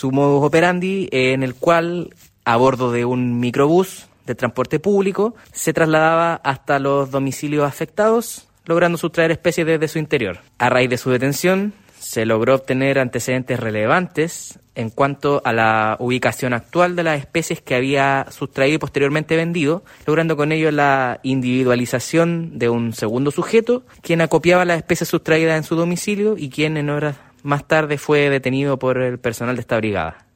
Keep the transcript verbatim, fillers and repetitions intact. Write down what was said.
su modus operandi, en el cual, a bordo de un microbús de transporte público, se trasladaba hasta los domicilios afectados, logrando sustraer especies desde su interior. A raíz de su detención, se logró obtener antecedentes relevantes en cuanto a la ubicación actual de las especies que había sustraído y posteriormente vendido, logrando con ello la individualización de un segundo sujeto, quien acopiaba las especies sustraídas en su domicilio y quien en horas más tarde fue detenido por el personal de esta brigada.